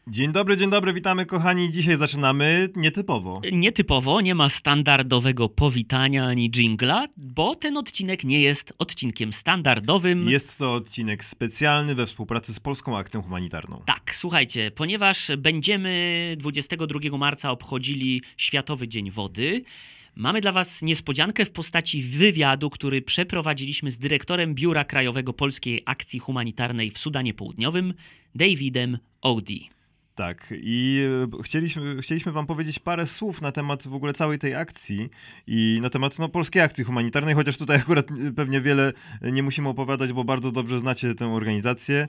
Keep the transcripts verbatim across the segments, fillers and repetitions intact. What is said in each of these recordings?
Dzień dobry, dzień dobry, witamy kochani. Dzisiaj zaczynamy nietypowo. Nietypowo, nie ma standardowego powitania ani dżingla, bo ten odcinek nie jest odcinkiem standardowym. Jest to odcinek specjalny we współpracy z Polską Akcją Humanitarną. Tak, słuchajcie, ponieważ będziemy dwudziestego drugiego marca obchodzili Światowy Dzień Wody, mamy dla was niespodziankę w postaci wywiadu, który przeprowadziliśmy z dyrektorem Biura Krajowego Polskiej Akcji Humanitarnej w Sudanie Południowym, Davidem Odie. Tak, i chcieliśmy, chcieliśmy wam powiedzieć parę słów na temat w ogóle całej tej akcji i na temat no, Polskiej Akcji Humanitarnej, chociaż tutaj akurat pewnie wiele nie musimy opowiadać, bo bardzo dobrze znacie tę organizację,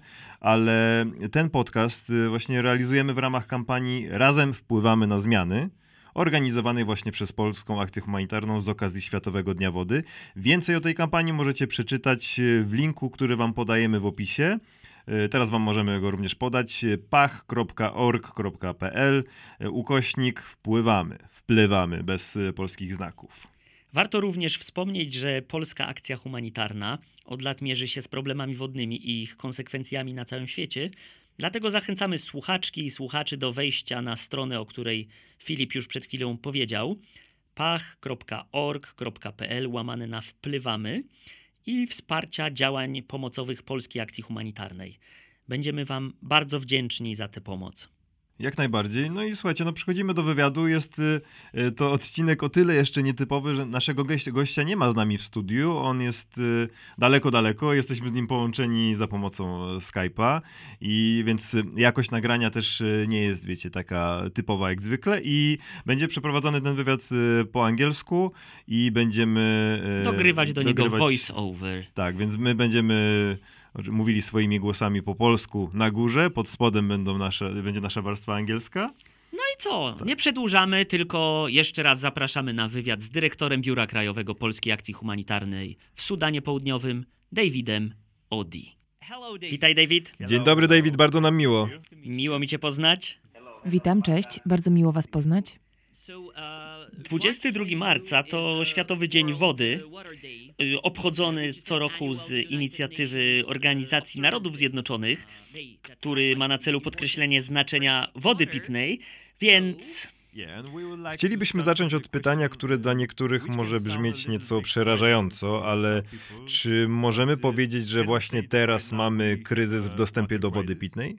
ale ten podcast właśnie realizujemy w ramach kampanii Razem wpływamy na zmiany, organizowanej właśnie przez Polską Akcję Humanitarną z okazji Światowego Dnia Wody. Więcej o tej kampanii możecie przeczytać w linku, który wam podajemy w opisie. Teraz wam możemy go również podać. pach kropka org kropka pl ukośnik wpływamy, wplewamy bez polskich znaków. Warto również wspomnieć, że Polska Akcja Humanitarna od lat mierzy się z problemami wodnymi i ich konsekwencjami na całym świecie. Dlatego zachęcamy słuchaczki i słuchaczy do wejścia na stronę, o której Filip już przed chwilą powiedział, pach kropka org kropka pl łamane na wplywamy i wsparcia działań pomocowych Polskiej Akcji Humanitarnej. Będziemy wam bardzo wdzięczni za tę pomoc. Jak najbardziej. No i słuchajcie, no przychodzimy do wywiadu. Jest y, to odcinek o tyle jeszcze nietypowy, że naszego gościa, gościa nie ma z nami w studiu. On jest y, daleko, daleko. Jesteśmy z nim połączeni za pomocą Skype'a i więc jakość nagrania też nie jest, wiecie, taka typowa jak zwykle i będzie przeprowadzony ten wywiad y, po angielsku i będziemy... Y, dogrywać do dogrywać, niego voice over. Tak, więc my będziemy... mówili swoimi głosami po polsku na górze, pod spodem będą nasze, będzie nasza warstwa angielska. No i co? Tak. Nie przedłużamy, tylko jeszcze raz zapraszamy na wywiad z dyrektorem Biura Krajowego Polskiej Akcji Humanitarnej w Sudanie Południowym, Davidem Odie. Witaj, David. Dzień dobry, David, bardzo nam miło. Miło mi cię poznać. Witam, cześć, bardzo miło was poznać. dwudziestego drugiego marca to Światowy Dzień Wody, obchodzony co roku z inicjatywy Organizacji Narodów Zjednoczonych, który ma na celu podkreślenie znaczenia wody pitnej, więc... Chcielibyśmy zacząć od pytania, które dla niektórych może brzmieć nieco przerażająco, ale czy możemy powiedzieć, że właśnie teraz mamy kryzys w dostępie do wody pitnej?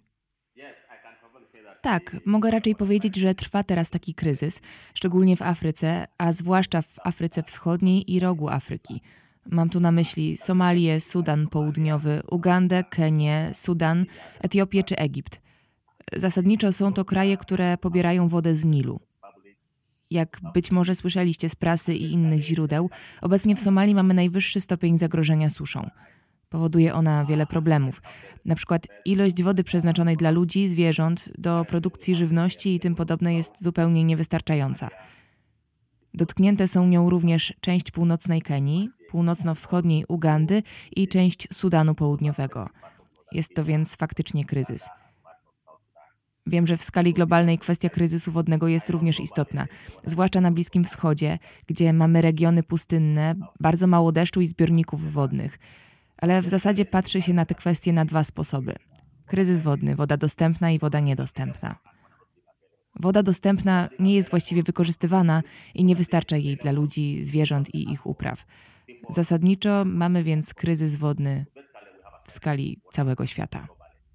Tak, mogę raczej powiedzieć, że trwa teraz taki kryzys, szczególnie w Afryce, a zwłaszcza w Afryce Wschodniej i rogu Afryki. Mam tu na myśli Somalię, Sudan Południowy, Ugandę, Kenię, Sudan, Etiopię czy Egipt. Zasadniczo są to kraje, które pobierają wodę z Nilu. Jak być może słyszeliście z prasy i innych źródeł, obecnie w Somalii mamy najwyższy stopień zagrożenia suszą. Powoduje ona wiele problemów. Na przykład ilość wody przeznaczonej dla ludzi, zwierząt, do produkcji żywności i tym podobne jest zupełnie niewystarczająca. Dotknięte są nią również część północnej Kenii, północno-wschodniej Ugandy i część Sudanu Południowego. Jest to więc faktycznie kryzys. Wiem, że w skali globalnej kwestia kryzysu wodnego jest również istotna, zwłaszcza na Bliskim Wschodzie, gdzie mamy regiony pustynne, bardzo mało deszczu i zbiorników wodnych. Ale w zasadzie patrzy się na te kwestie na dwa sposoby. Kryzys wodny, woda dostępna i woda niedostępna. Woda dostępna nie jest właściwie wykorzystywana i nie wystarcza jej dla ludzi, zwierząt i ich upraw. Zasadniczo mamy więc kryzys wodny w skali całego świata.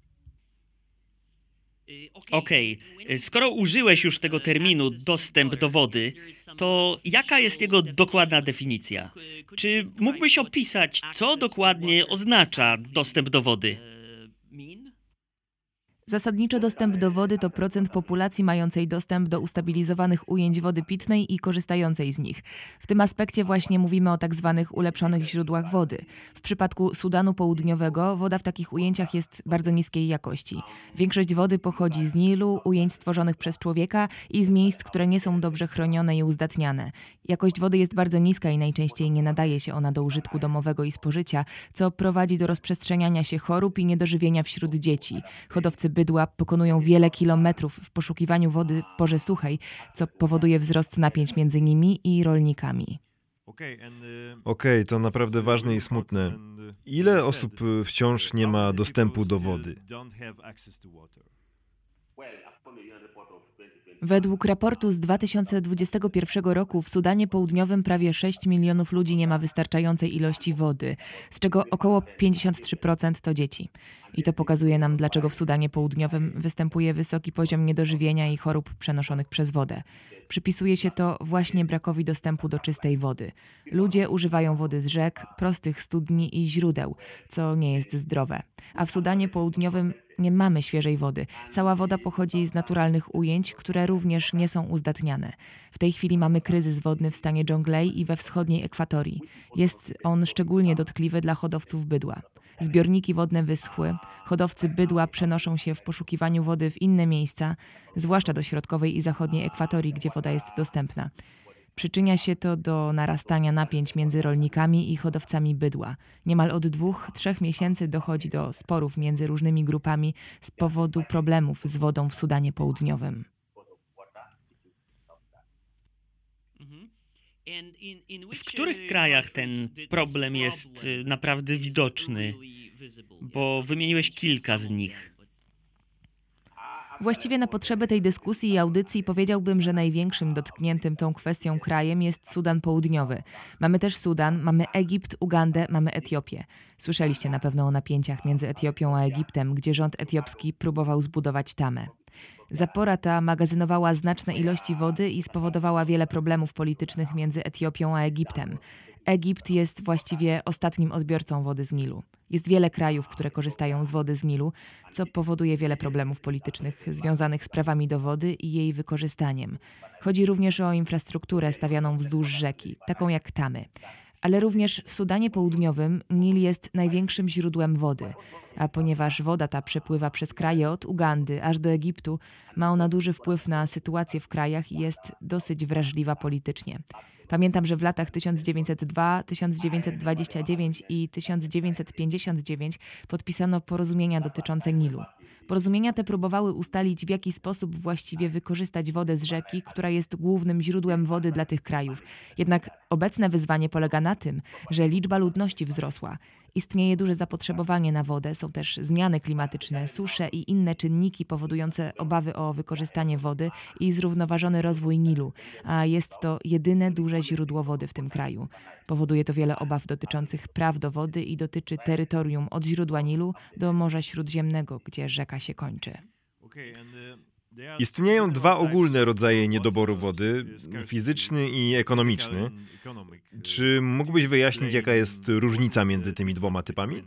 Okej, okay. Skoro użyłeś już tego terminu dostęp do wody, to jaka jest jego dokładna definicja? Czy mógłbyś opisać, co dokładnie oznacza dostęp do wody? Zasadniczo dostęp do wody to procent populacji mającej dostęp do ustabilizowanych ujęć wody pitnej i korzystającej z nich. W tym aspekcie właśnie mówimy o tak zwanych ulepszonych źródłach wody. W przypadku Sudanu Południowego woda w takich ujęciach jest bardzo niskiej jakości. Większość wody pochodzi z Nilu, ujęć stworzonych przez człowieka i z miejsc, które nie są dobrze chronione i uzdatniane. Jakość wody jest bardzo niska i najczęściej nie nadaje się ona do użytku domowego i spożycia, co prowadzi do rozprzestrzeniania się chorób i niedożywienia wśród dzieci. Hodowcy bydła pokonują wiele kilometrów w poszukiwaniu wody w porze suchej, co powoduje wzrost napięć między nimi i rolnikami. Okej, okay, to naprawdę ważne i smutne. Ile osób wciąż nie ma dostępu do wody? Według raportu z dwa tysiące dwudziestego pierwszego roku w Sudanie Południowym prawie sześć milionów ludzi nie ma wystarczającej ilości wody, z czego około pięćdziesiąt trzy procent to dzieci. I to pokazuje nam, dlaczego w Sudanie Południowym występuje wysoki poziom niedożywienia i chorób przenoszonych przez wodę. Przypisuje się to właśnie brakowi dostępu do czystej wody. Ludzie używają wody z rzek, prostych studni i źródeł, co nie jest zdrowe. A w Sudanie Południowym nie mamy świeżej wody. Cała woda pochodzi z naturalnych ujęć, które również nie są uzdatniane. W tej chwili mamy kryzys wodny w stanie Dżonglei i we wschodniej Ekwatorii. Jest on szczególnie dotkliwy dla hodowców bydła. Zbiorniki wodne wyschły, hodowcy bydła przenoszą się w poszukiwaniu wody w inne miejsca, zwłaszcza do środkowej i zachodniej Ekwatorii, gdzie woda jest dostępna. Przyczynia się to do narastania napięć między rolnikami i hodowcami bydła. Niemal od dwóch, trzech miesięcy dochodzi do sporów między różnymi grupami z powodu problemów z wodą w Sudanie Południowym. W których krajach ten problem jest naprawdę widoczny? Bo wymieniłeś kilka z nich. Właściwie na potrzeby tej dyskusji i audycji powiedziałbym, że największym dotkniętym tą kwestią krajem jest Sudan Południowy. Mamy też Sudan, mamy Egipt, Ugandę, mamy Etiopię. Słyszeliście na pewno o napięciach między Etiopią a Egiptem, gdzie rząd etiopski próbował zbudować tamę. Zapora ta magazynowała znaczne ilości wody i spowodowała wiele problemów politycznych między Etiopią a Egiptem. Egipt jest właściwie ostatnim odbiorcą wody z Nilu. Jest wiele krajów, które korzystają z wody z Nilu, co powoduje wiele problemów politycznych związanych z prawami do wody i jej wykorzystaniem. Chodzi również o infrastrukturę stawianą wzdłuż rzeki, taką jak tamy. Ale również w Sudanie Południowym Nil jest największym źródłem wody, a ponieważ woda ta przepływa przez kraje od Ugandy aż do Egiptu, ma ona duży wpływ na sytuację w krajach i jest dosyć wrażliwa politycznie. Pamiętam, że w latach tysiąc dziewięćset dwa, tysiąc dziewięćset dwadzieścia dziewięć i tysiąc dziewięćset pięćdziesiąt dziewięć podpisano porozumienia dotyczące Nilu. Porozumienia te próbowały ustalić, w jaki sposób właściwie wykorzystać wodę z rzeki, która jest głównym źródłem wody dla tych krajów. Jednak obecne wyzwanie polega na tym, że liczba ludności wzrosła. Istnieje duże zapotrzebowanie na wodę, są też zmiany klimatyczne, susze i inne czynniki powodujące obawy o wykorzystanie wody i zrównoważony rozwój Nilu, a jest to jedyne duże źródło wody w tym kraju. Powoduje to wiele obaw dotyczących praw do wody i dotyczy terytorium od źródła Nilu do Morza Śródziemnego, gdzie rzeka się kończy. Istnieją dwa ogólne rodzaje niedoboru wody, fizyczny i ekonomiczny. Czy mógłbyś wyjaśnić, jaka jest różnica między tymi dwoma typami?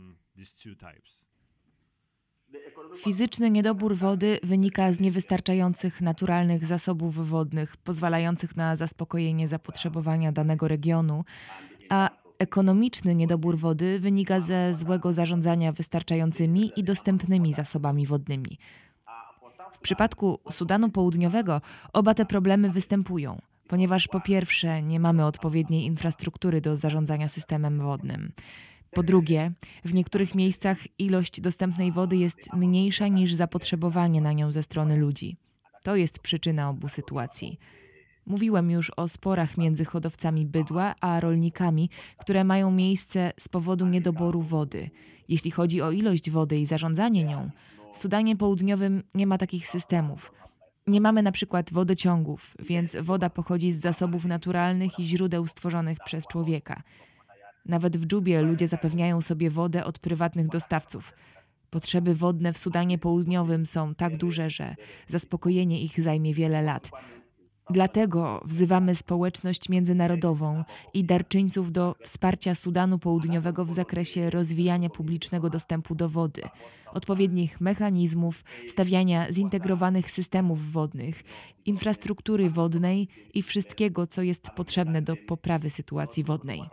Fizyczny niedobór wody wynika z niewystarczających naturalnych zasobów wodnych, pozwalających na zaspokojenie zapotrzebowania danego regionu, a ekonomiczny niedobór wody wynika ze złego zarządzania wystarczającymi i dostępnymi zasobami wodnymi. W przypadku Sudanu Południowego oba te problemy występują, ponieważ po pierwsze nie mamy odpowiedniej infrastruktury do zarządzania systemem wodnym. Po drugie, w niektórych miejscach ilość dostępnej wody jest mniejsza niż zapotrzebowanie na nią ze strony ludzi. To jest przyczyna obu sytuacji. Mówiłem już o sporach między hodowcami bydła a rolnikami, które mają miejsce z powodu niedoboru wody. Jeśli chodzi o ilość wody i zarządzanie nią, w Sudanie Południowym nie ma takich systemów. Nie mamy na przykład wodociągów, więc woda pochodzi z zasobów naturalnych i źródeł stworzonych przez człowieka. Nawet w Dżubie ludzie zapewniają sobie wodę od prywatnych dostawców. Potrzeby wodne w Sudanie Południowym są tak duże, że zaspokojenie ich zajmie wiele lat. Dlatego wzywamy społeczność międzynarodową i darczyńców do wsparcia Sudanu Południowego w zakresie rozwijania publicznego dostępu do wody, odpowiednich mechanizmów, stawiania zintegrowanych systemów wodnych, infrastruktury wodnej i wszystkiego, co jest potrzebne do poprawy sytuacji wodnej.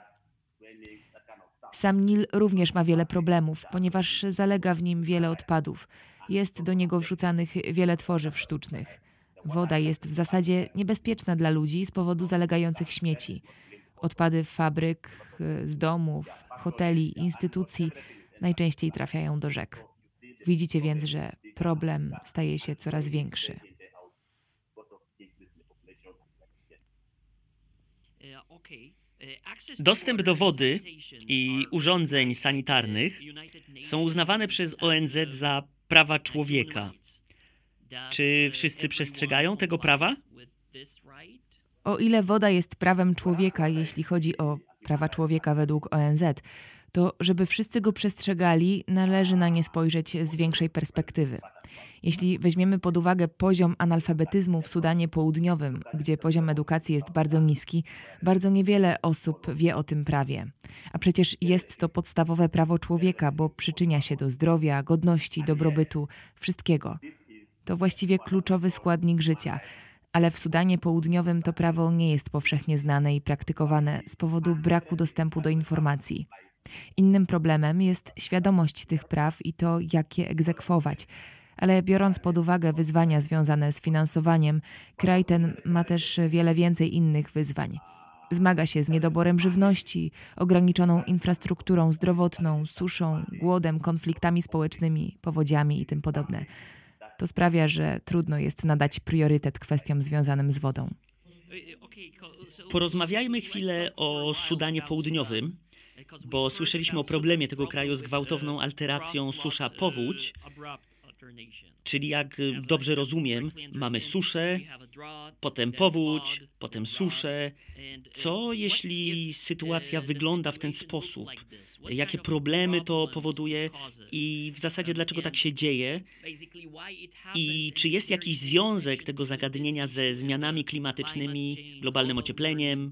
Sam Nil również ma wiele problemów, ponieważ zalega w nim wiele odpadów. Jest do niego wrzucanych wiele tworzyw sztucznych. Woda jest w zasadzie niebezpieczna dla ludzi z powodu zalegających śmieci. Odpady fabryk, z domów, hoteli, instytucji najczęściej trafiają do rzek. Widzicie więc, że problem staje się coraz większy. Dostęp do wody i urządzeń sanitarnych są uznawane przez O N Z za prawa człowieka. Czy wszyscy przestrzegają tego prawa? O ile woda jest prawem człowieka, jeśli chodzi o prawa człowieka według O N Z, to żeby wszyscy go przestrzegali, należy na nie spojrzeć z większej perspektywy. Jeśli weźmiemy pod uwagę poziom analfabetyzmu w Sudanie Południowym, gdzie poziom edukacji jest bardzo niski, bardzo niewiele osób wie o tym prawie. A przecież jest to podstawowe prawo człowieka, bo przyczynia się do zdrowia, godności, dobrobytu, wszystkiego. To właściwie kluczowy składnik życia. Ale w Sudanie Południowym to prawo nie jest powszechnie znane i praktykowane z powodu braku dostępu do informacji. Innym problemem jest świadomość tych praw i to, jak je egzekwować. Ale biorąc pod uwagę wyzwania związane z finansowaniem, kraj ten ma też wiele więcej innych wyzwań. Zmaga się z niedoborem żywności, ograniczoną infrastrukturą zdrowotną, suszą, głodem, konfliktami społecznymi, powodziami i tym podobne. To sprawia, że trudno jest nadać priorytet kwestiom związanym z wodą. Porozmawiajmy chwilę o Sudanie Południowym, bo słyszeliśmy o problemie tego kraju z gwałtowną alteracją susza-powódź, czyli jak dobrze rozumiem, mamy suszę, potem powódź, potem suszę. Co jeśli sytuacja wygląda w ten sposób? Jakie problemy to powoduje i w zasadzie dlaczego tak się dzieje? I czy jest jakiś związek tego zagadnienia ze zmianami klimatycznymi, globalnym ociepleniem?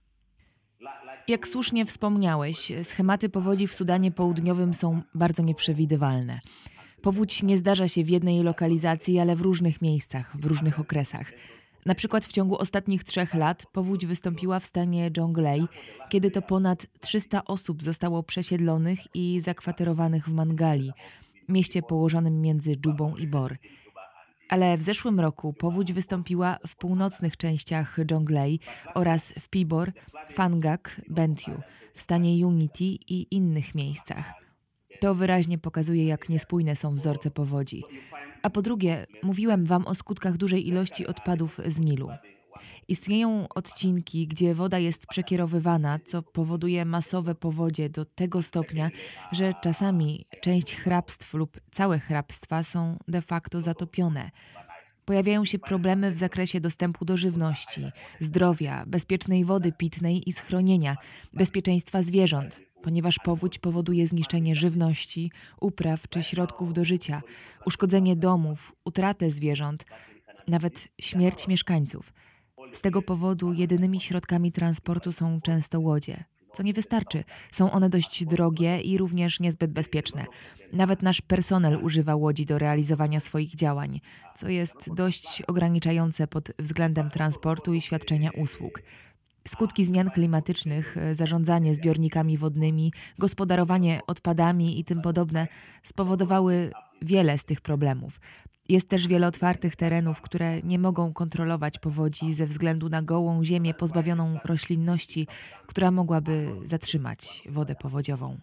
Jak słusznie wspomniałeś, schematy powodzi w Sudanie Południowym są bardzo nieprzewidywalne. Powódź nie zdarza się w jednej lokalizacji, ale w różnych miejscach, w różnych okresach. Na przykład w ciągu ostatnich trzech lat powódź wystąpiła w stanie Jonglei, kiedy to ponad trzysta osób zostało przesiedlonych i zakwaterowanych w Mangali, mieście położonym między Dżubą i Bor. Ale w zeszłym roku powódź wystąpiła w północnych częściach Jonglei oraz w Pibor, Fangak, Bentiu, w stanie Unity i innych miejscach. To wyraźnie pokazuje, jak niespójne są wzorce powodzi. A po drugie, mówiłem wam o skutkach dużej ilości odpadów z Nilu. Istnieją odcinki, gdzie woda jest przekierowywana, co powoduje masowe powodzie do tego stopnia, że czasami część hrabstw lub całe hrabstwa są de facto zatopione. Pojawiają się problemy w zakresie dostępu do żywności, zdrowia, bezpiecznej wody pitnej i schronienia, bezpieczeństwa zwierząt, ponieważ powódź powoduje zniszczenie żywności, upraw czy środków do życia, uszkodzenie domów, utratę zwierząt, nawet śmierć mieszkańców. Z tego powodu jedynymi środkami transportu są często łodzie. Co nie wystarczy. Są one dość drogie i również niezbyt bezpieczne. Nawet nasz personel używa łodzi do realizowania swoich działań, co jest dość ograniczające pod względem transportu i świadczenia usług. Skutki zmian klimatycznych, zarządzanie zbiornikami wodnymi, gospodarowanie odpadami i tym podobne spowodowały wiele z tych problemów. Jest też wiele otwartych terenów, które nie mogą kontrolować powodzi ze względu na gołą ziemię pozbawioną roślinności, która mogłaby zatrzymać wodę powodziową.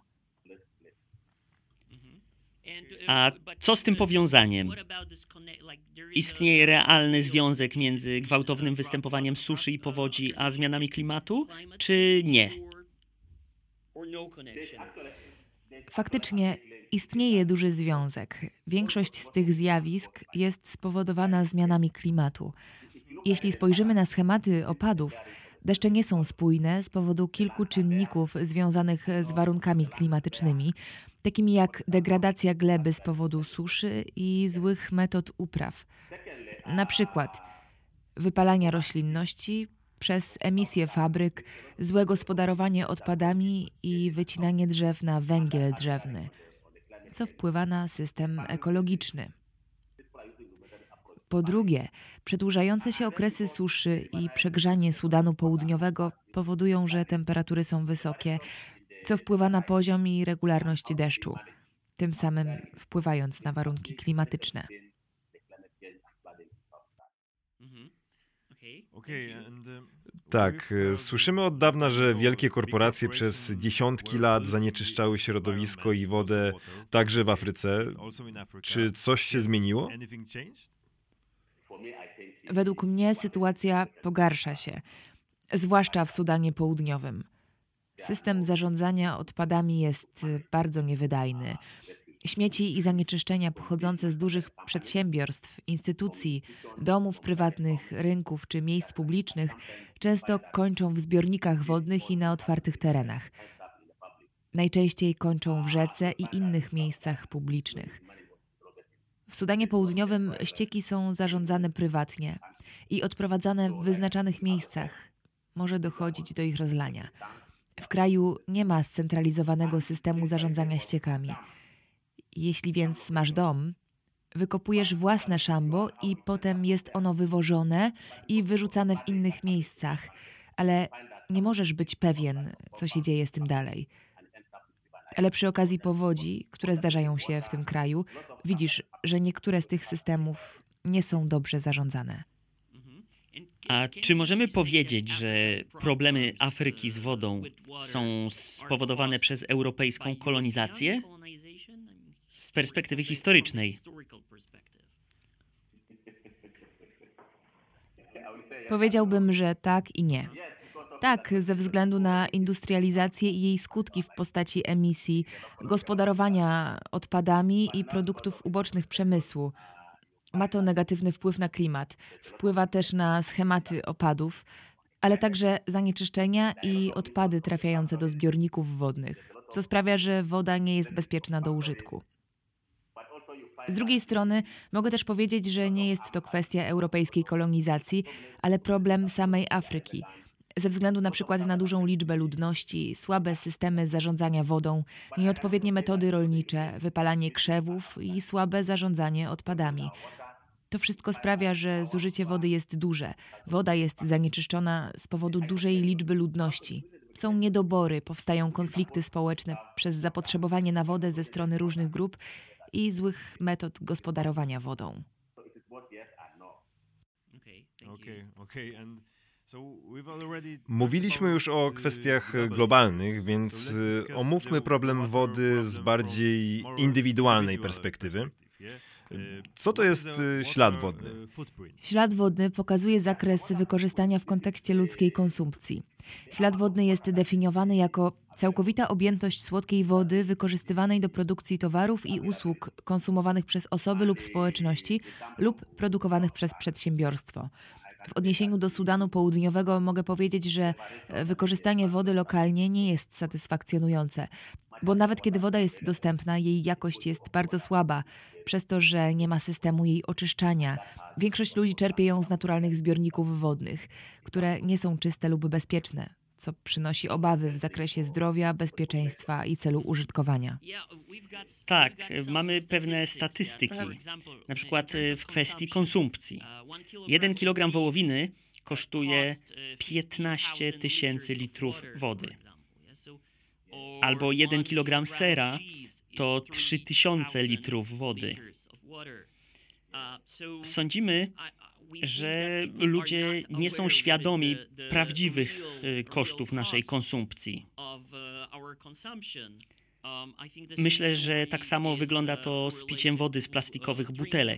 A co z tym powiązaniem? Istnieje realny związek między gwałtownym występowaniem suszy i powodzi a zmianami klimatu, czy nie? Faktycznie istnieje duży związek. Większość z tych zjawisk jest spowodowana zmianami klimatu. Jeśli spojrzymy na schematy opadów, deszcze nie są spójne z powodu kilku czynników związanych z warunkami klimatycznymi, takimi jak degradacja gleby z powodu suszy i złych metod upraw. Na przykład wypalania roślinności przez emisję fabryk, złe gospodarowanie odpadami i wycinanie drzew na węgiel drzewny, co wpływa na system ekologiczny. Po drugie, przedłużające się okresy suszy i przegrzanie Sudanu Południowego powodują, że temperatury są wysokie, co wpływa na poziom i regularność deszczu, tym samym wpływając na warunki klimatyczne. Tak, słyszymy od dawna, że wielkie korporacje przez dziesiątki lat zanieczyszczały środowisko i wodę także w Afryce. Czy coś się zmieniło? Według mnie sytuacja pogarsza się, zwłaszcza w Sudanie Południowym. System zarządzania odpadami jest bardzo niewydajny. Śmieci i zanieczyszczenia pochodzące z dużych przedsiębiorstw, instytucji, domów prywatnych, rynków czy miejsc publicznych często kończą w zbiornikach wodnych i na otwartych terenach. Najczęściej kończą w rzece i innych miejscach publicznych. W Sudanie Południowym ścieki są zarządzane prywatnie i odprowadzane w wyznaczanych miejscach. Może dochodzić do ich rozlania. W kraju nie ma scentralizowanego systemu zarządzania ściekami. Jeśli więc masz dom, wykopujesz własne szambo i potem jest ono wywożone i wyrzucane w innych miejscach, ale nie możesz być pewien, co się dzieje z tym dalej. Ale przy okazji powodzi, które zdarzają się w tym kraju, widzisz, że niektóre z tych systemów nie są dobrze zarządzane. A czy możemy powiedzieć, że problemy Afryki z wodą są spowodowane przez europejską kolonizację? Z perspektywy historycznej. Powiedziałbym, że tak i nie. Tak, ze względu na industrializację i jej skutki w postaci emisji, gospodarowania odpadami i produktów ubocznych przemysłu. Ma to negatywny wpływ na klimat. Wpływa też na schematy opadów, ale także zanieczyszczenia i odpady trafiające do zbiorników wodnych, co sprawia, że woda nie jest bezpieczna do użytku. Z drugiej strony mogę też powiedzieć, że nie jest to kwestia europejskiej kolonizacji, ale problem samej Afryki. Ze względu na przykład na dużą liczbę ludności, słabe systemy zarządzania wodą, nieodpowiednie metody rolnicze, wypalanie krzewów i słabe zarządzanie odpadami. To wszystko sprawia, że zużycie wody jest duże. Woda jest zanieczyszczona z powodu dużej liczby ludności. Są niedobory, powstają konflikty społeczne przez zapotrzebowanie na wodę ze strony różnych grup i złych metod gospodarowania wodą. Okay, okay. And Mówiliśmy już o kwestiach globalnych, więc omówmy problem wody z bardziej indywidualnej perspektywy. Co to jest ślad wodny? Ślad wodny pokazuje zakres wykorzystania w kontekście ludzkiej konsumpcji. Ślad wodny jest definiowany jako całkowita objętość słodkiej wody wykorzystywanej do produkcji towarów i usług konsumowanych przez osoby lub społeczności lub produkowanych przez przedsiębiorstwo. W odniesieniu do Sudanu Południowego mogę powiedzieć, że wykorzystanie wody lokalnie nie jest satysfakcjonujące, bo nawet kiedy woda jest dostępna, jej jakość jest bardzo słaba, przez to, że nie ma systemu jej oczyszczania. Większość ludzi czerpie ją z naturalnych zbiorników wodnych, które nie są czyste lub bezpieczne, co przynosi obawy w zakresie zdrowia, bezpieczeństwa i celu użytkowania. Tak, mamy pewne statystyki, na przykład w kwestii konsumpcji. Jeden kilogram wołowiny kosztuje piętnaście tysięcy litrów wody. Albo jeden kilogram sera to trzy tysiące litrów wody. Sądzimy, że ludzie nie są świadomi prawdziwych kosztów naszej konsumpcji. Myślę, że tak samo wygląda to z piciem wody z plastikowych butelek.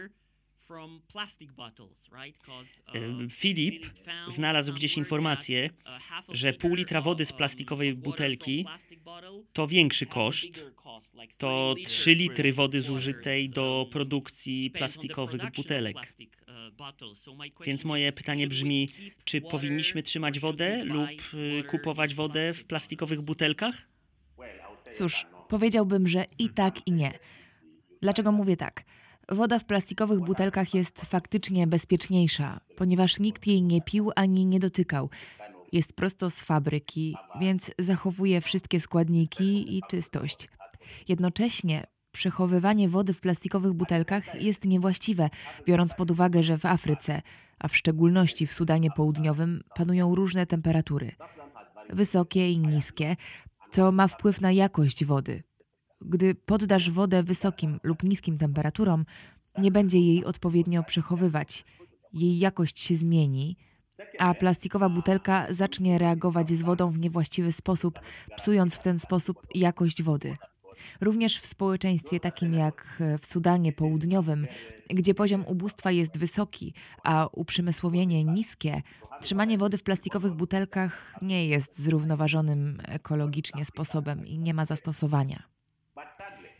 Filip znalazł gdzieś informację, że pół litra wody z plastikowej butelki to większy koszt, to trzy litry wody zużytej do produkcji plastikowych butelek. Więc moje pytanie brzmi, czy powinniśmy trzymać wodę lub kupować wodę w plastikowych butelkach? Cóż, powiedziałbym, że i tak, i nie. Dlaczego mówię tak? Woda w plastikowych butelkach jest faktycznie bezpieczniejsza, ponieważ nikt jej nie pił ani nie dotykał. Jest prosto z fabryki, więc zachowuje wszystkie składniki i czystość. Jednocześnie przechowywanie wody w plastikowych butelkach jest niewłaściwe, biorąc pod uwagę, że w Afryce, a w szczególności w Sudanie Południowym, panują różne temperatury. Wysokie i niskie, co ma wpływ na jakość wody. Gdy poddasz wodę wysokim lub niskim temperaturom, nie będzie jej odpowiednio przechowywać. Jej jakość się zmieni, a plastikowa butelka zacznie reagować z wodą w niewłaściwy sposób, psując w ten sposób jakość wody. Również w społeczeństwie takim jak w Sudanie Południowym, gdzie poziom ubóstwa jest wysoki, a uprzemysłowienie niskie, trzymanie wody w plastikowych butelkach nie jest zrównoważonym ekologicznie sposobem i nie ma zastosowania.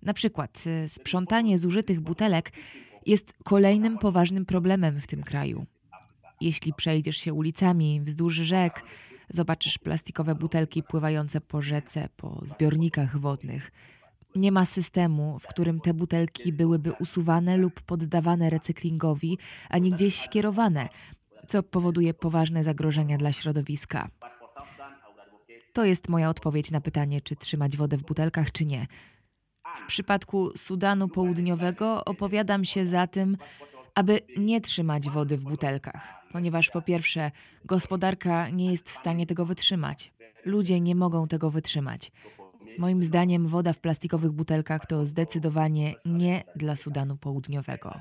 Na przykład y, sprzątanie zużytych butelek jest kolejnym poważnym problemem w tym kraju. Jeśli przejdziesz się ulicami wzdłuż rzek, zobaczysz plastikowe butelki pływające po rzece, po zbiornikach wodnych. Nie ma systemu, w którym te butelki byłyby usuwane lub poddawane recyklingowi, ani gdzieś skierowane, co powoduje poważne zagrożenia dla środowiska. To jest moja odpowiedź na pytanie, czy trzymać wodę w butelkach, czy nie. W przypadku Sudanu Południowego opowiadam się za tym, aby nie trzymać wody w butelkach, ponieważ po pierwsze, gospodarka nie jest w stanie tego wytrzymać. Ludzie nie mogą tego wytrzymać. Moim zdaniem woda w plastikowych butelkach to zdecydowanie nie dla Sudanu Południowego.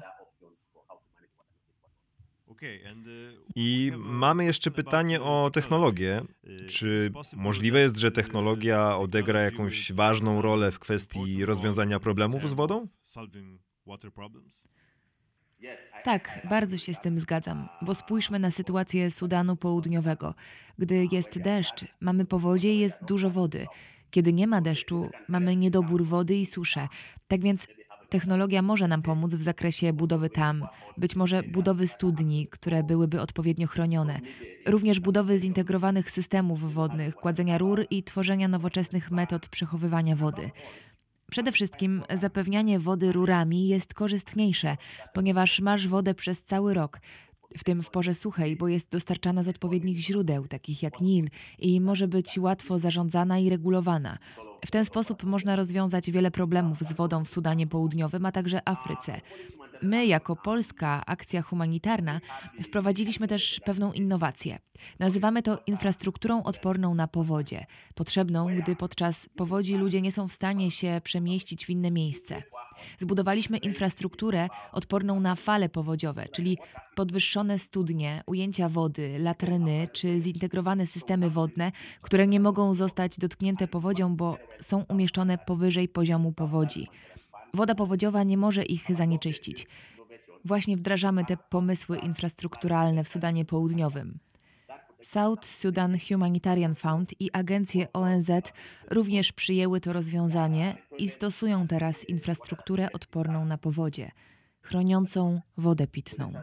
I mamy jeszcze pytanie o technologię. Czy możliwe jest, że technologia odegra jakąś ważną rolę w kwestii rozwiązania problemów z wodą? Tak, bardzo się z tym zgadzam, bo spójrzmy na sytuację Sudanu Południowego. Gdy jest deszcz, mamy powodzie i jest dużo wody. Kiedy nie ma deszczu, mamy niedobór wody i suszę. Tak więc technologia może nam pomóc w zakresie budowy tam, być może budowy studni, które byłyby odpowiednio chronione, również budowy zintegrowanych systemów wodnych, kładzenia rur i tworzenia nowoczesnych metod przechowywania wody. Przede wszystkim zapewnianie wody rurami jest korzystniejsze, ponieważ masz wodę przez cały rok, w tym w porze suchej, bo jest dostarczana z odpowiednich źródeł, takich jak Nil, i może być łatwo zarządzana i regulowana. W ten sposób można rozwiązać wiele problemów z wodą w Sudanie Południowym, a także Afryce. My, jako polska akcja humanitarna, wprowadziliśmy też pewną innowację. Nazywamy to infrastrukturą odporną na powodzie, potrzebną, gdy podczas powodzi ludzie nie są w stanie się przemieścić w inne miejsce. Zbudowaliśmy infrastrukturę odporną na fale powodziowe, czyli podwyższone studnie, ujęcia wody, latryny czy zintegrowane systemy wodne, które nie mogą zostać dotknięte powodzią, bo są umieszczone powyżej poziomu powodzi. Woda powodziowa nie może ich zanieczyścić. Właśnie wdrażamy te pomysły infrastrukturalne w Sudanie Południowym. South Sudan Humanitarian Fund i agencje O N Z również przyjęły to rozwiązanie i stosują teraz infrastrukturę odporną na powodzie, chroniącą wodę pitną.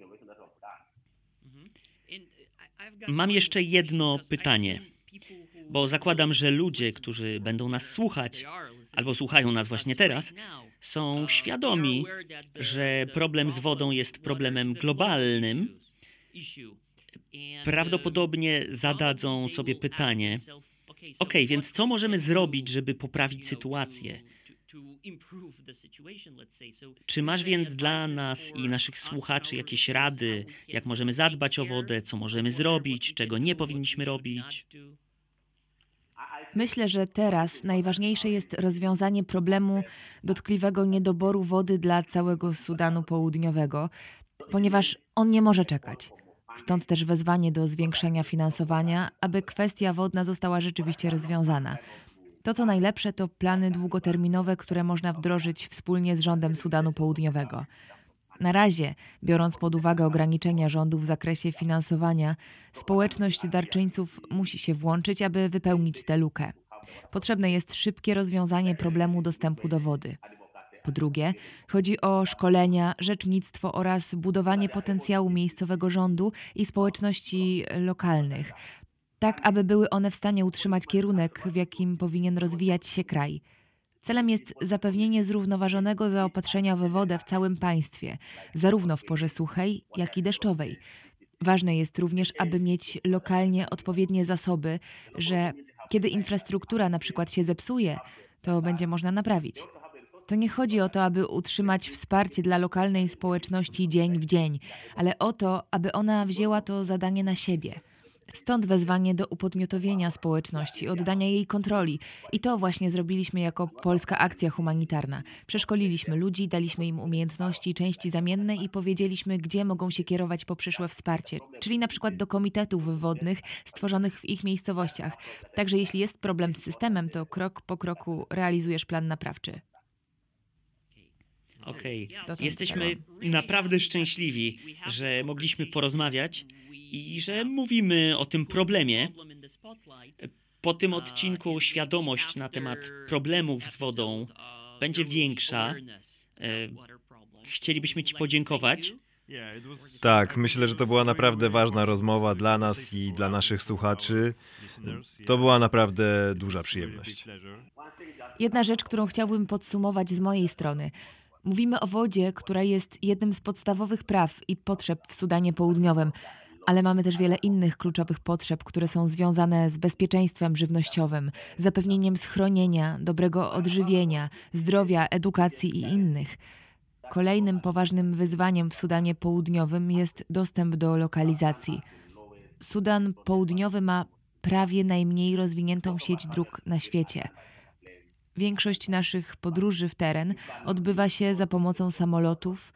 Mam jeszcze jedno pytanie, bo zakładam, że ludzie, którzy będą nas słuchać, albo słuchają nas właśnie teraz, są świadomi, że problem z wodą jest problemem globalnym. Prawdopodobnie zadadzą sobie pytanie: OK, więc co możemy zrobić, żeby poprawić sytuację? Czy masz więc dla nas i naszych słuchaczy jakieś rady, jak możemy zadbać o wodę, co możemy zrobić, czego nie powinniśmy robić? Myślę, że teraz najważniejsze jest rozwiązanie problemu dotkliwego niedoboru wody dla całego Sudanu Południowego, ponieważ on nie może czekać. Stąd też wezwanie do zwiększenia finansowania, aby kwestia wodna została rzeczywiście rozwiązana. To, co najlepsze, to plany długoterminowe, które można wdrożyć wspólnie z rządem Sudanu Południowego. Na razie, biorąc pod uwagę ograniczenia rządu w zakresie finansowania, społeczność darczyńców musi się włączyć, aby wypełnić tę lukę. Potrzebne jest szybkie rozwiązanie problemu dostępu do wody. Po drugie, chodzi o szkolenia, rzecznictwo oraz budowanie potencjału miejscowego rządu i społeczności lokalnych, tak aby były one w stanie utrzymać kierunek, w jakim powinien rozwijać się kraj. Celem jest zapewnienie zrównoważonego zaopatrzenia w wodę w całym państwie, zarówno w porze suchej, jak i deszczowej. Ważne jest również, aby mieć lokalnie odpowiednie zasoby, że kiedy infrastruktura na przykład się zepsuje, to będzie można naprawić. To nie chodzi o to, aby utrzymać wsparcie dla lokalnej społeczności dzień w dzień, ale o to, aby ona wzięła to zadanie na siebie. Stąd wezwanie do upodmiotowienia społeczności, oddania jej kontroli. I to właśnie zrobiliśmy jako polska akcja humanitarna. Przeszkoliliśmy ludzi, daliśmy im umiejętności, części zamienne i powiedzieliśmy, gdzie mogą się kierować po przyszłe wsparcie, czyli na przykład do komitetów wodnych stworzonych w ich miejscowościach. Także jeśli jest problem z systemem, to krok po kroku realizujesz plan naprawczy. Okej, okay. Jesteśmy naprawdę szczęśliwi, że mogliśmy porozmawiać i że mówimy o tym problemie. Po tym odcinku świadomość na temat problemów z wodą będzie większa. Chcielibyśmy Ci podziękować. Tak, myślę, że to była naprawdę ważna rozmowa dla nas i dla naszych słuchaczy. To była naprawdę duża przyjemność. Jedna rzecz, którą chciałbym podsumować z mojej strony. Mówimy o wodzie, która jest jednym z podstawowych praw i potrzeb w Sudanie Południowym, ale mamy też wiele innych kluczowych potrzeb, które są związane z bezpieczeństwem żywnościowym, zapewnieniem schronienia, dobrego odżywienia, zdrowia, edukacji i innych. Kolejnym poważnym wyzwaniem w Sudanie Południowym jest dostęp do lokalizacji. Sudan Południowy ma prawie najmniej rozwiniętą sieć dróg na świecie. Większość naszych podróży w teren odbywa się za pomocą samolotów,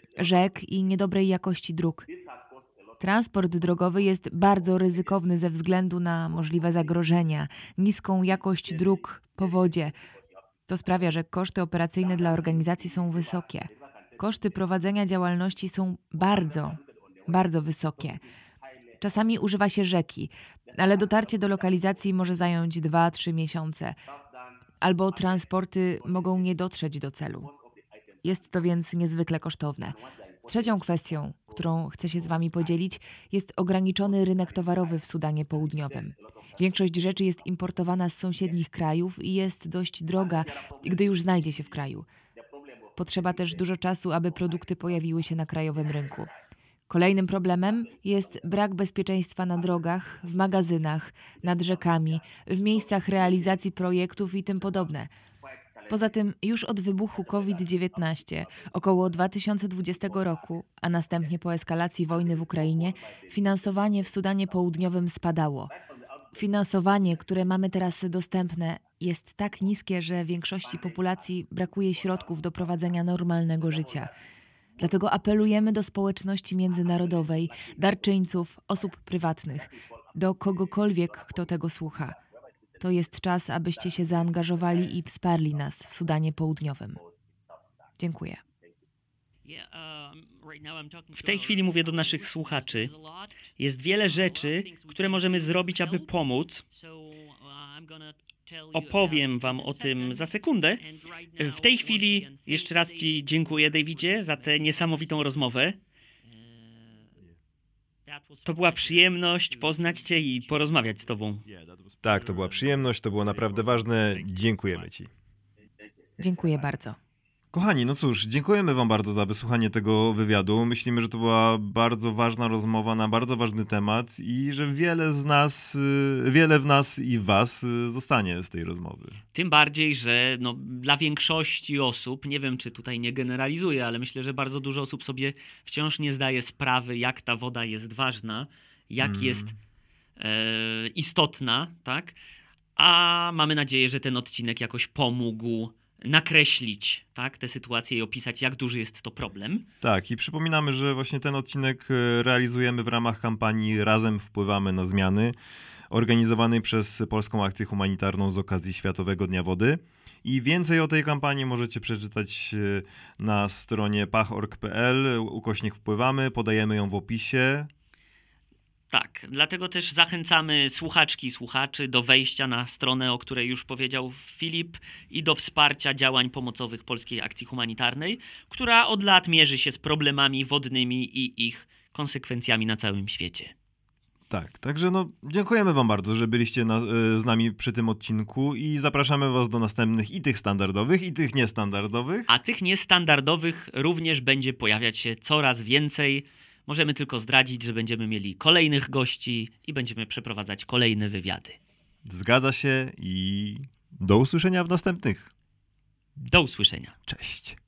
rzek i niedobrej jakości dróg. Transport drogowy jest bardzo ryzykowny ze względu na możliwe zagrożenia, niską jakość dróg po wodzie. To sprawia, że koszty operacyjne dla organizacji są wysokie. Koszty prowadzenia działalności są bardzo, bardzo wysokie. Czasami używa się rzeki, ale dotarcie do lokalizacji może zająć dwa trzy miesiące. Albo transporty mogą nie dotrzeć do celu. Jest to więc niezwykle kosztowne. Trzecią kwestią, którą chcę się z Wami podzielić, jest ograniczony rynek towarowy w Sudanie Południowym. Większość rzeczy jest importowana z sąsiednich krajów i jest dość droga, gdy już znajdzie się w kraju. Potrzeba też dużo czasu, aby produkty pojawiły się na krajowym rynku. Kolejnym problemem jest brak bezpieczeństwa na drogach, w magazynach, nad rzekami, w miejscach realizacji projektów i tym podobne. Poza tym już od wybuchu kowid dziewiętnaście, około dwa tysiące dwudziestego roku, a następnie po eskalacji wojny w Ukrainie, finansowanie w Sudanie Południowym spadało. Finansowanie, które mamy teraz dostępne, jest tak niskie, że większości populacji brakuje środków do prowadzenia normalnego życia. Dlatego apelujemy do społeczności międzynarodowej, darczyńców, osób prywatnych, do kogokolwiek, kto tego słucha. To jest czas, abyście się zaangażowali i wsparli nas w Sudanie Południowym. Dziękuję. W tej chwili mówię do naszych słuchaczy. Jest wiele rzeczy, które możemy zrobić, aby pomóc. Opowiem Wam o tym za sekundę. W tej chwili jeszcze raz Ci dziękuję, Davidzie, za tę niesamowitą rozmowę. To była przyjemność poznać Cię i porozmawiać z Tobą. Tak, to była przyjemność, to było naprawdę ważne. Dziękujemy Ci. Dziękuję bardzo. Kochani, no cóż, dziękujemy Wam bardzo za wysłuchanie tego wywiadu. Myślimy, że to była bardzo ważna rozmowa na bardzo ważny temat i że wiele z nas, wiele w nas i w Was zostanie z tej rozmowy. Tym bardziej, że no, dla większości osób, nie wiem, czy tutaj nie generalizuję, ale myślę, że bardzo dużo osób sobie wciąż nie zdaje sprawy, jak ta woda jest ważna, jak mm. jest e, istotna, tak? A mamy nadzieję, że ten odcinek jakoś pomógł nakreślić, tak, tę sytuację i opisać, jak duży jest to problem. Tak, i przypominamy, że właśnie ten odcinek realizujemy w ramach kampanii Razem Wpływamy na Zmiany, organizowanej przez Polską Akcję Humanitarną z okazji Światowego Dnia Wody. I więcej o tej kampanii możecie przeczytać na stronie pach kropka org kropka pe el, ukośnik wpływamy, podajemy ją w opisie. Tak, dlatego też zachęcamy słuchaczki i słuchaczy do wejścia na stronę, o której już powiedział Filip, i do wsparcia działań pomocowych Polskiej Akcji Humanitarnej, która od lat mierzy się z problemami wodnymi i ich konsekwencjami na całym świecie. Tak, także no dziękujemy Wam bardzo, że byliście na, z nami przy tym odcinku i zapraszamy Was do następnych i tych standardowych, i tych niestandardowych. A tych niestandardowych również będzie pojawiać się coraz więcej. Możemy tylko zdradzić, że będziemy mieli kolejnych gości i będziemy przeprowadzać kolejne wywiady. Zgadza się i do usłyszenia w następnych. Do usłyszenia. Cześć.